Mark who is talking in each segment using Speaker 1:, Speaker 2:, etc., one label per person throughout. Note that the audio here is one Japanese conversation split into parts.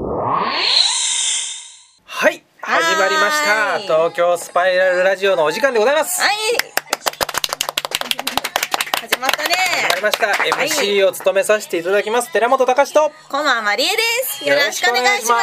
Speaker 1: はい、始まりました東京スパイラルラジオのお時間でございます。
Speaker 2: はい、始まったね。
Speaker 1: 始まりました。MC を務めさせていただきます寺本隆と
Speaker 2: こままりえです。よろしくお願いします。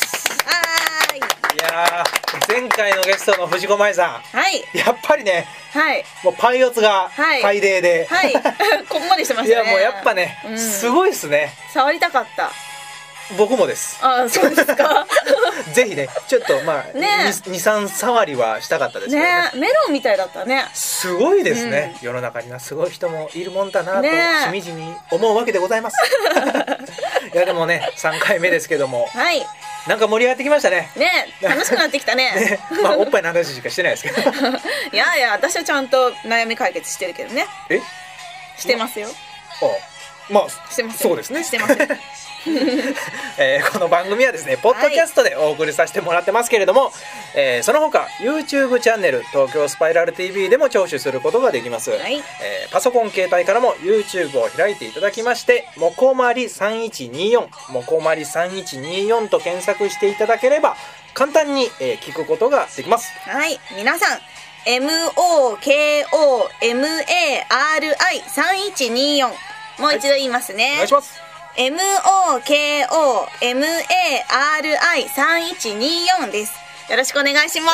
Speaker 1: いやー、前回のゲストの藤子舞さん、
Speaker 2: はい、
Speaker 1: やっぱりね、
Speaker 2: はい、
Speaker 1: もうパイオツが最低で、
Speaker 2: はい、こんもりしてましたね。
Speaker 1: いやもうやっぱね、すごいですね。
Speaker 2: 触りたかった。
Speaker 1: 僕もです。
Speaker 2: あ、そうですか。
Speaker 1: ぜひね、ちょっとまあ、ね、2、3触りはしたかったですけどね。
Speaker 2: メロンみたいだったね。
Speaker 1: すごいですね、世の中にはすごい人もいるもんだなと、しみじみ思うわけでございます。いやでもね、3回目ですけども、はい、なんか盛り上がってきましたね。
Speaker 2: ね、楽しくなってきたね。
Speaker 1: ね、まあおっぱいの話しかしてないですけど。
Speaker 2: いやいや、私はちゃんと悩み解決してるけどね。してますよ。
Speaker 1: まあしてます。そうですね。
Speaker 2: してます。
Speaker 1: この番組はですねポッドキャストでお送りさせてもらってますけれども、その他 YouTube チャンネル東京スパイラル TV でも聴取することができます、はい、パソコン携帯からも YouTube を開いていただきましてもこまり3124もこまり3124と検索していただければ簡単に、聞くことができます。はい、皆さん
Speaker 2: MOKOMARI3124 もう一度言いますね、はい、お願いします。MOKOMARI3124 です。よろしくお願いします。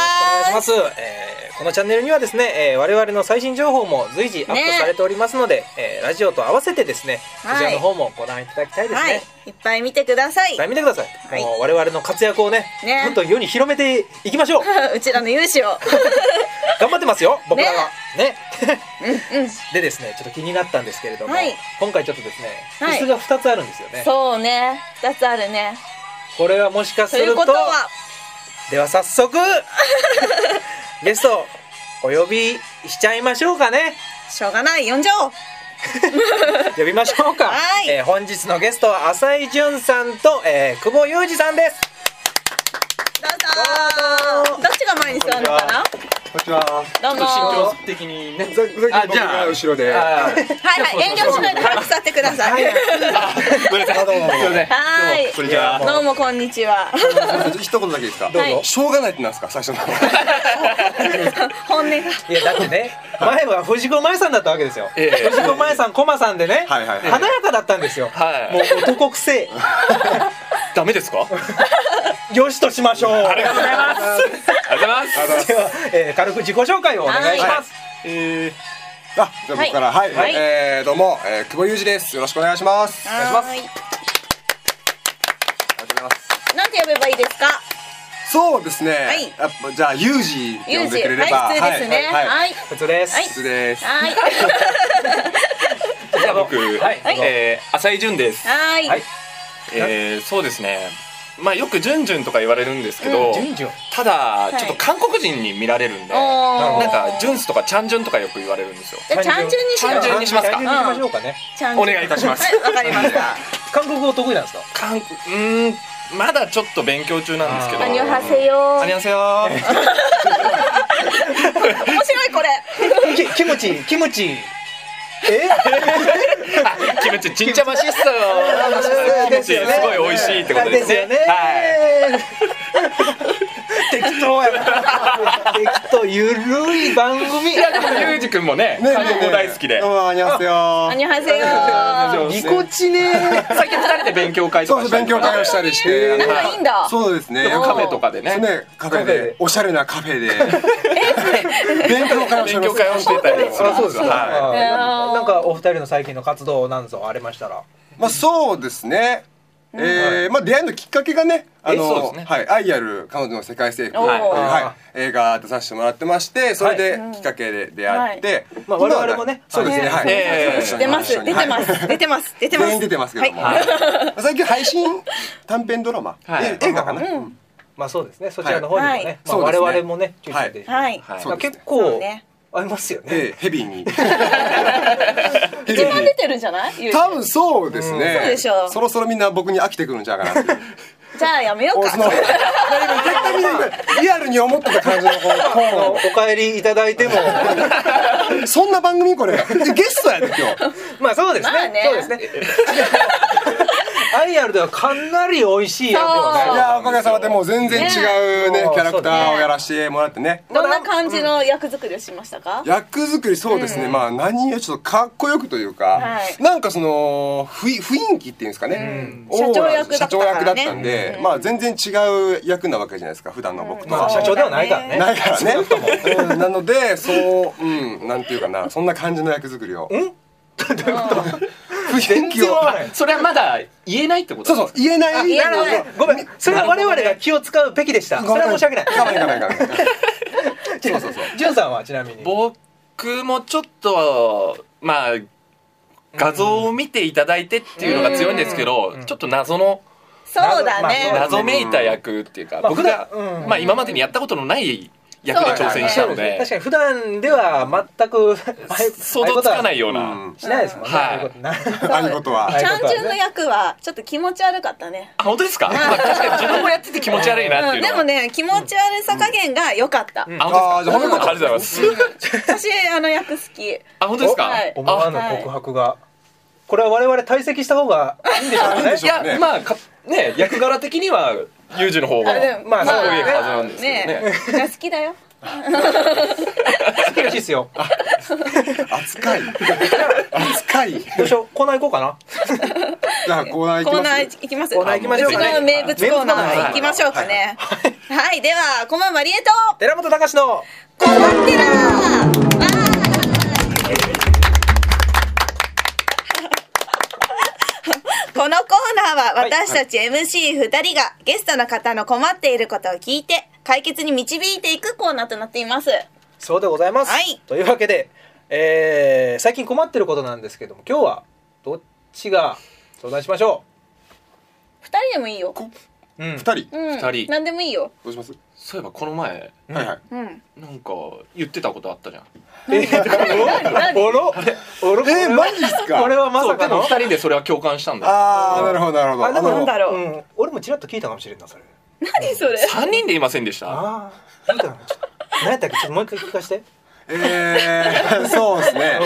Speaker 1: お願いします。このチャンネルにはですね、我々の最新情報も随時アップされておりますので、ラジオと合わせてですね、こちらの方もご覧いただきたいですね。はい、
Speaker 2: いっぱい見てください。
Speaker 1: いっぱい見てください。はい、もう我々の活躍をね、どんどん世に広めていきましょう。
Speaker 2: うちらの勇姿を
Speaker 1: 頑張ってますよ、僕らは。ね。でですね、ちょっと気になったんですけれども、今回ちょっとですね、椅子が2つあるんですよね。
Speaker 2: そうね、2つあるね。
Speaker 1: これはもしかすると、では早速ゲストお呼びしちゃいましょうかね。
Speaker 2: しょうがない、呼んじゃおう。
Speaker 1: 呼びましょうか。本日のゲストは浅井純さんと、久保裕二さんです。
Speaker 2: どうぞ。どっちが前に座るのかな。
Speaker 3: こんにちは。
Speaker 2: どうも。
Speaker 3: 身長的にね。じゃあ後ろで。
Speaker 2: はいはい、遠慮しないで早く座ってください。
Speaker 3: ごめんなさい。どうも。
Speaker 2: はい。
Speaker 3: こんにちは。
Speaker 2: どうもこんにちは。
Speaker 3: 一言だけいいですか。
Speaker 1: どうぞ。
Speaker 3: しょうがないってなんですか最初の。
Speaker 2: 本音が。
Speaker 1: いやだってね、前は藤子舞さんだったわけですよ。藤子舞さん、コマさんでね、華やかだったんですよ。もう男くせえ。
Speaker 3: ダメですか。
Speaker 1: よしとしましょう。
Speaker 3: ありがとうございます。ありがとうございます。
Speaker 1: では、軽く自己紹介をお願いします。
Speaker 3: じゃあ僕からどうも久保裕二です。よろしくお願いします。お願いします。ありがとうございます。
Speaker 2: なんて呼べばいいですか。
Speaker 3: そうですね。じゃあ裕二って呼んでくれれば。
Speaker 2: 普通ですね。はい。
Speaker 1: 普通です。
Speaker 3: 普通です。
Speaker 2: はい。
Speaker 4: じゃあ僕浅井純です。
Speaker 2: はい。
Speaker 4: そうですね。まあよくジュンジュンとか言われるんですけど、ただちょっと韓国人に見られるんで、なんかジュンスとかチャンジュンとかよく言われるんですよ。
Speaker 2: チャンジュンにしよう。
Speaker 4: チャンジュンにしますか。
Speaker 2: お
Speaker 4: 願いいたします。
Speaker 2: わかりました。
Speaker 1: 韓国語得意なんですか。
Speaker 4: まだちょっと勉強中なんですけど。
Speaker 2: アニョハセヨ。
Speaker 4: アニョハセヨ。
Speaker 2: 面白いこれ。
Speaker 1: キムチ。キムチ
Speaker 4: チンチャマシッサよ。キムチすごい美味しいってことですね。
Speaker 1: 適当やな。適当ゆるい番組。
Speaker 4: いやでもユージ君もね韓国語大好きで。
Speaker 3: アニョハセヨ。
Speaker 2: アニョハセヨ。
Speaker 1: ぎこちね。
Speaker 4: 最近2人で勉強会とか
Speaker 3: 勉強会をしたりして。
Speaker 2: 仲いいんだ。
Speaker 3: そうですね。
Speaker 4: カフェとかでね。
Speaker 3: カフェでおしゃれなカフェで勉強会をしてたりするんですよ。
Speaker 1: なんかお二人の最近の活動なんぞありましたら。
Speaker 3: まあそうですね。まあ出会いのきっかけがね、愛ある彼女の世界征服、映画出させてもらってまして、それできっかけで出会って、
Speaker 1: まあ我々もね、
Speaker 3: そうですね、
Speaker 2: 知ってます、出てます全員
Speaker 3: 出てますけども、最近配信短編ドラマ、映画かな。
Speaker 1: まあそうですね、そちらの方にもね、我々もね、結構ありますよね。
Speaker 3: ヘビーに。
Speaker 2: 一番出てるんじゃない？
Speaker 3: 多分そうですね。
Speaker 2: そうでしょ。
Speaker 3: そろそろみんな僕に飽きてくるんちゃうかなって。
Speaker 2: じゃあやめようか。
Speaker 3: 絶対みんなリアルに思ってた感じのトーン
Speaker 1: お帰りいただいても
Speaker 3: そんな番組これゲストやで今日。
Speaker 1: まあそうですね。そうですね。 IR ではかなり美味しい役をね。
Speaker 3: いやおかげさまでもう全然違うねキャラクターをやらせてもらってね。
Speaker 2: どんな感じの役作りをしましたか？
Speaker 3: 役作りそうですね、まあ何よりちょっとかっこよくというか、なんかその雰囲気っていうんですかね、
Speaker 2: 社長役だ
Speaker 3: ったんで、まあ全然違う役なわけじゃないですか普段の僕と。
Speaker 1: まあ社長ではないからね。
Speaker 3: ないからね。なのでそうなんていうかな、そんな感じの役作りを。どういうこと？雰囲気を。
Speaker 4: それはまだ言えないってこと？
Speaker 3: そう言えない。
Speaker 1: ごめん、それは我々が気を使うべきでした。それは申し訳ない。
Speaker 3: 我慢。そう
Speaker 1: ジュンさんはちなみに。
Speaker 4: 僕もちょっとまあ画像を見ていただいてっていうのが強いんですけど、ちょっと謎めいた役っていうか、僕がまあ今までにやったことのない役で挑戦したので、
Speaker 1: 確かに普段では全く
Speaker 4: 想像つかないような
Speaker 1: しないですもんね。
Speaker 3: ああいうことは。
Speaker 2: チャンジュンの役はちょっと気持ち悪かったね。
Speaker 4: あ、本当ですか？確かに自分もやってて気持ち悪いなっていうのは。
Speaker 2: でもね、気持ち悪さ加減が良かった。
Speaker 4: あ、本当ですか？ありがとうございます。
Speaker 2: 私役好き。
Speaker 4: あ、本当ですか？
Speaker 1: 思わぬ告白が。これは我々退席した方がいいんでしょうね。
Speaker 4: いや、まあね、役柄的にはユージの方が
Speaker 1: まあそう
Speaker 4: いうはずなんですけどね。
Speaker 2: 好きだよ。
Speaker 1: 好きらしいですよ。
Speaker 3: 扱い。
Speaker 1: どうしよう、コーナー行こうかな。
Speaker 3: じゃあコーナー行きます。
Speaker 1: コーナー行きましょうかね。
Speaker 2: 名物コーナー行きましょうかね。はい、ではこんばんはリエと
Speaker 1: 寺本隆の
Speaker 2: こまってら。このコーナーは私たち MC2 人がゲストの方の困っていることを聞いて解決に導いていくコーナーとなっています。
Speaker 1: そうでございます、というわけで、最近困っていることなんですけども、今日はどっちが相談しましょ
Speaker 2: う。2人でもいいよ。
Speaker 3: 2人
Speaker 2: 何でもいいよ。
Speaker 3: どうします？
Speaker 4: そういえばこの前なんか言ってたことあったじゃん。
Speaker 3: マジっすか？
Speaker 1: これはまさかの
Speaker 4: 2人でそれは共感したんだ。
Speaker 3: ああ、なるほどなるほど。
Speaker 2: なんだろう。
Speaker 1: 俺もちらっと聞いたかもしれんな、それ。
Speaker 2: 何それ
Speaker 4: ？3人でいませんでした？
Speaker 1: ああ、聞いたな。何やったっけ？ちょっともう一回聞かせて。
Speaker 3: そうですね。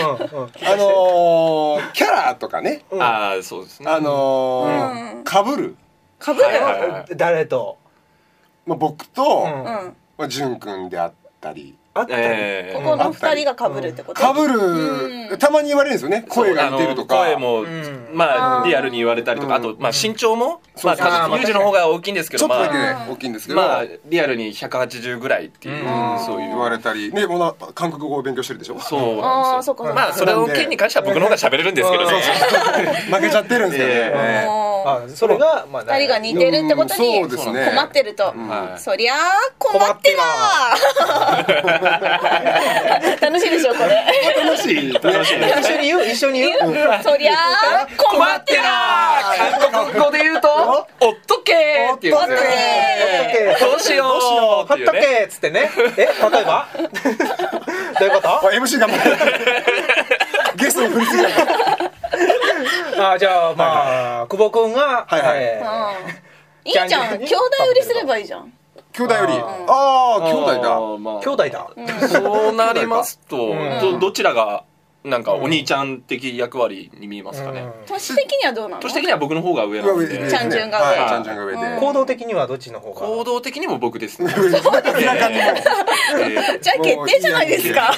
Speaker 3: キャラとかね。
Speaker 4: ああ、そうですね。
Speaker 3: かぶる。
Speaker 1: 誰と？
Speaker 3: 僕と潤くんであったり。
Speaker 2: ここの2人が被るってこと？
Speaker 3: 被る、たまに言われるんですよね。声が似てるとか。
Speaker 4: 声もまあリアルに言われたりとか、あとまあ身長もまあユージの方が大きいんですけど、
Speaker 3: ちょっとだけ大きいんですけど、
Speaker 4: まあリアルに180ぐらいっていうそういう
Speaker 3: 言われたりね、韓国語を勉強してるでしょ。
Speaker 4: そうなんですよ。まあそれの件に関しては僕の方が喋れるんですけどね。
Speaker 3: 負けちゃってるんですよね。
Speaker 1: それが
Speaker 2: 2人が似てるってことに困ってると、そりゃ困ってら。楽しいでしょこれ。
Speaker 3: 楽しい。
Speaker 1: 一緒に言う。
Speaker 2: そりゃ困ってら。
Speaker 4: 韓国語で言うとおっとけーって言うんですよね。どうしよう
Speaker 1: ほっとけーっつってね。例えばどういうこと？
Speaker 3: MC 頑張れ。ゲストに振りすぎない。
Speaker 1: じゃあまあ久保くんが
Speaker 2: いいじゃん、兄弟売りすればいいじゃん。
Speaker 3: 兄弟より、兄弟だ。
Speaker 4: そうなりますとどちらがなんかお兄ちゃん的役割に見えますかね。
Speaker 2: 年的にはどうなの？
Speaker 4: 年的には僕の方が上なんで、
Speaker 2: チャンジュンが上で。
Speaker 1: 行動的にはどっちの方が？
Speaker 4: 行動的にも僕ですね。
Speaker 2: じゃあ決定じゃないですか。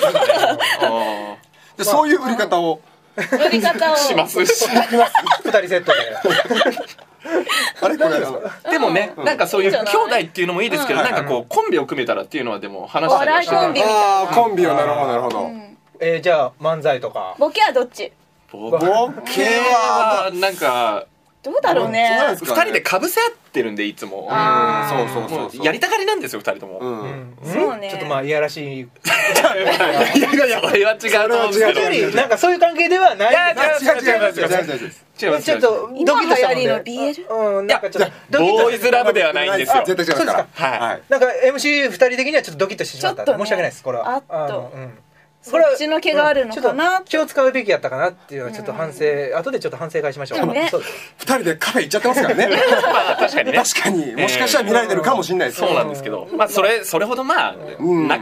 Speaker 3: そういう売り方を
Speaker 4: します。
Speaker 1: 2人セットで。
Speaker 3: あれこれ
Speaker 4: でもね、なんかそういう兄弟っていうのもいいですけど、なんかこうコンビを組めたらっていうのはでも話したりして
Speaker 2: コンビみたいな。
Speaker 3: コンビをなるほど。
Speaker 1: じゃあ漫才とか。
Speaker 2: ボケはどっち？
Speaker 3: ボケは
Speaker 4: なんか
Speaker 2: どうだろうね。
Speaker 4: 2人でかぶせ合ってるんでいつも。そうやりたがりなんですよ2人とも。
Speaker 2: そうね。
Speaker 1: ちょっとまあいやらしい。
Speaker 4: それは違うと思うんですけど。
Speaker 1: なんかそういう関係ではない。
Speaker 3: 違う。
Speaker 1: ちょっとドキッとしたので。
Speaker 4: なんかちょっとボーイズラブではないんですよ。
Speaker 3: 絶対違うから。はい。
Speaker 1: なんか MC2 人的にはちょっとドキッとしてしまった。申し訳ないですこれは。
Speaker 2: そっちの毛があるのかな。
Speaker 1: 気を使うべきやったかなっていうのはちょっと反省、後でちょっと反省会しましょう。
Speaker 3: 2人でカフェ行っちゃってますからね。
Speaker 4: 確かに
Speaker 3: もしかしたら見られてるかもしれないです。
Speaker 4: そうなんですけど、まあそれほどまあ仲いいっ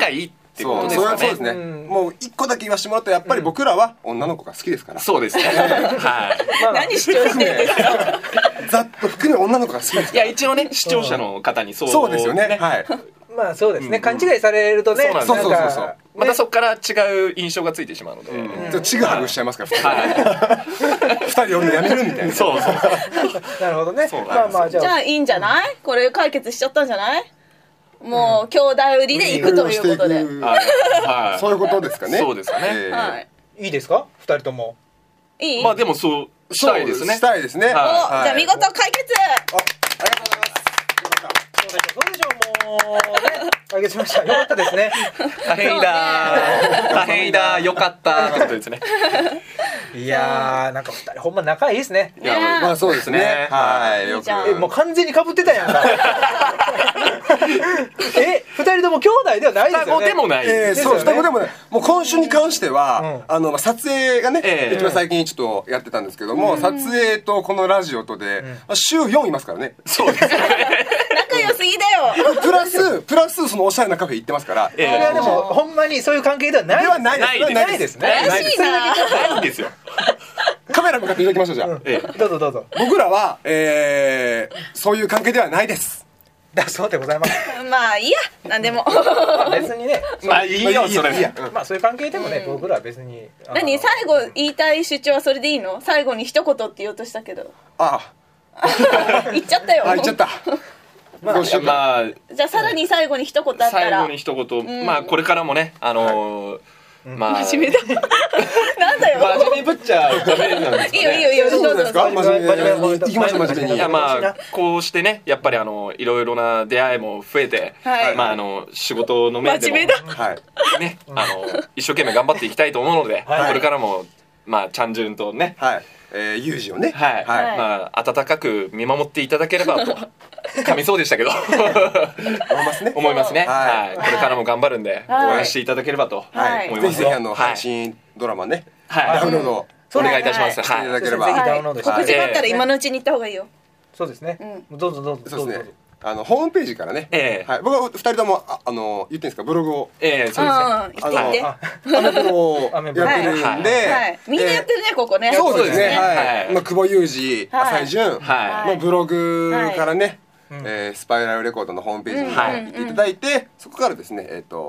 Speaker 4: っていうことですかね。
Speaker 3: そうですね。もう一個だけ言わせてもらうとやっぱり僕らは女の子が好きですから。
Speaker 4: そうですね。はい。
Speaker 2: 何主張してるんですか。
Speaker 3: ざっと含め女の子が好きです。
Speaker 4: いや一応ね視聴者の方に
Speaker 3: そうですよね。はい。
Speaker 1: まあそうですね、勘違いされるとね、
Speaker 3: そう
Speaker 4: またそこから違う印象がついてしまうので、
Speaker 3: ちぐはぐしちゃいますから2人呼んでやめるみたいな。
Speaker 4: そう
Speaker 1: なるほどね。まあまあ
Speaker 2: じゃあいいんじゃない？これ解決しちゃったんじゃない？もう兄弟売りで行くということで、
Speaker 3: そういうことですかね。
Speaker 4: そうですね。
Speaker 1: いいですか2人とも。
Speaker 2: いい？
Speaker 4: まあでもそうしたいですね。
Speaker 3: したいですね。じ
Speaker 2: ゃあ見事解決。
Speaker 3: ありがとうございます。
Speaker 1: そうでしょう、もうね解決しました。よかったですね。
Speaker 4: 大変いだよかったってことですね。
Speaker 1: いやーなんか2人ほんま仲いいですね。
Speaker 4: いや
Speaker 3: まあそうですね。はい。
Speaker 2: よく
Speaker 1: もう完全に被ってたやんか。2人とも兄弟ではないですよね。
Speaker 4: 双子でもない。
Speaker 3: そう双子でもない。もう今週に関しては撮影がね一番最近ちょっとやってたんですけども、撮影とこのラジオとで週4いますからね。
Speaker 4: そうですね。
Speaker 2: 仲良すぎだよ。
Speaker 3: プラスそのおしゃれなカフェ行ってますから。
Speaker 1: それはでもほんまにそういう関係ではない。
Speaker 3: ではない
Speaker 1: ですね。
Speaker 2: 怪しいな。
Speaker 4: ないんですよ。
Speaker 3: カメラ向かっていただきましょうじゃあ。
Speaker 1: どうぞどうぞ。
Speaker 3: 僕らはそういう関係ではないです。
Speaker 1: だそうでございます。
Speaker 2: まあいいや、なんでも。
Speaker 1: 別にね。
Speaker 4: まあいいよそれ。
Speaker 1: まあそういう関係でもね、僕らは別に。
Speaker 2: 何最後言いたい主張はそれでいいの？最後に一言って言おうとしたけど。言っちゃったよ。
Speaker 3: 言っちゃった。
Speaker 4: まあ
Speaker 2: じゃあさらに最後に一言あったら。
Speaker 4: 最後に一言、まあこれからもねまあ
Speaker 2: 真面目だ。なんだよ。
Speaker 4: 真面目ぶっちゃダメなんですかね。
Speaker 2: いいよどうぞ。
Speaker 3: 真面目に行きましょう真面目に。
Speaker 4: いやまあこうしてねやっぱりいろいろな出会いも増えて、まあ仕事の面でもね一生懸命頑張っていきたいと思うので、これからもまあチャンジュンとね、
Speaker 3: ユージをね、
Speaker 4: まあ温かく見守っていただければと。噛みそうでしたけど思いますね。これからも頑張るんで応援していただければと思います。
Speaker 3: ぜひ配信ドラマねダウンロード
Speaker 4: お願いいたします。
Speaker 3: していただければ。
Speaker 1: ぜひダウンロードして。
Speaker 2: 告知があったら今のうちに行った方がいいよ。
Speaker 1: そうですね。どうぞどうぞ。
Speaker 3: そうですね。ホームページからね、僕は2人とも言ってんですかブログを。
Speaker 2: そうですね。
Speaker 3: アメブロをやってるんで、
Speaker 2: みんなやってるねここね。
Speaker 3: そうですね。久保裕二、浅井純のブログからね。スパイラルレコードのホームページに行っていただいて、そこからですね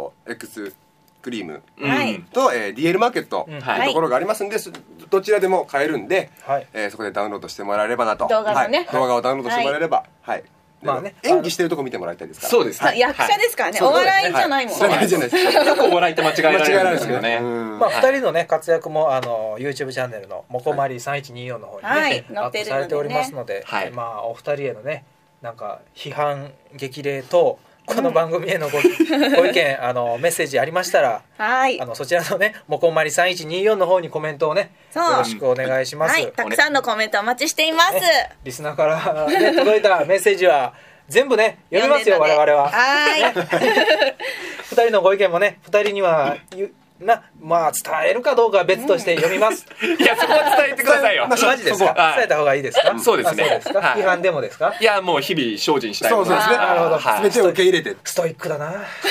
Speaker 3: Xクリームと DL マーケットというところがありますんで、どちらでも買えるんでそこでダウンロードしてもらえればなと。
Speaker 2: 動画
Speaker 3: をダウンロードしてもらえれば。まあね、演技してるとこ見てもらいたいですから。
Speaker 4: そうです。
Speaker 2: 役者ですからね。お笑いじゃないもん。
Speaker 3: お笑いじゃないです。
Speaker 4: よくお笑いって間違えられるんですけどね。
Speaker 1: まあ2人のね活躍もYouTube チャンネルのもこまり3124の方にねアップされておりますので、まあお二人へのねなんか批判激励とこの番組へのご意見メッセージありましたら、そちらのねもこまり3124の方にコメントをねよろしくお願いします。
Speaker 2: たくさんのコメントお待ちしています。
Speaker 1: リスナーからね届いたメッセージは全部ね読みますよ我々は。2人のご意見もね2人にはまあ伝えるかどうかは別として読みます。
Speaker 4: いやそこは伝えてくださいよ。
Speaker 1: マジですか？伝えた方がいいですか？
Speaker 4: そうですね。
Speaker 1: 批判でもですか？
Speaker 4: いやもう日々精進したい。
Speaker 3: そうですね。
Speaker 1: なるほど。
Speaker 3: 全てを受け入れて。
Speaker 1: ストイックだな。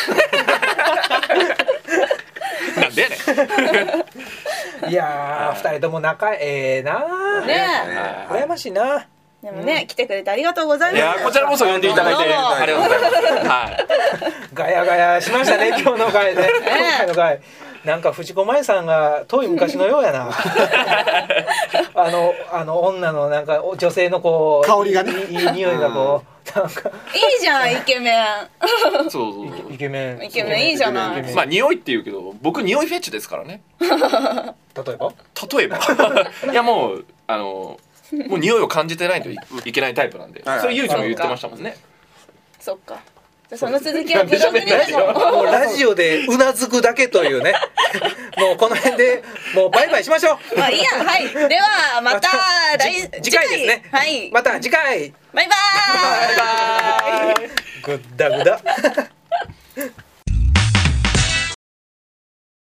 Speaker 4: なんでやね
Speaker 1: ん。いや2人とも仲ええな。
Speaker 2: ね
Speaker 1: え。羨ましいな。
Speaker 2: でもね来てくれてありがとうございます。
Speaker 4: いやこちらこそ呼んでいただいてありがとうございます。
Speaker 1: ガヤガヤしましたね今日の回で。今回の回。なんか藤子麻衣さんが遠い昔のようやな。女のなんか女性のこう
Speaker 3: 香りがね
Speaker 1: いい匂いがこうなんか
Speaker 2: いいじゃんイケメン。
Speaker 4: そう
Speaker 1: イケメン
Speaker 2: いいじゃない。
Speaker 4: まあ匂いって言うけど僕匂いフェチですからね。
Speaker 1: 例えば
Speaker 4: いやもうもう匂いを感じてないといけないタイプなんで、それゆうちも言ってましたもんね。
Speaker 2: そっか。その続きはブログに
Speaker 1: もうラジオでうなずくだけというね。もうこの辺でもうバイバイしましょう。
Speaker 2: まあいいや。はい。ではまた
Speaker 1: 次回ですね。
Speaker 2: はい。
Speaker 1: また次回。
Speaker 2: バイバーイ。
Speaker 1: グッダグダ。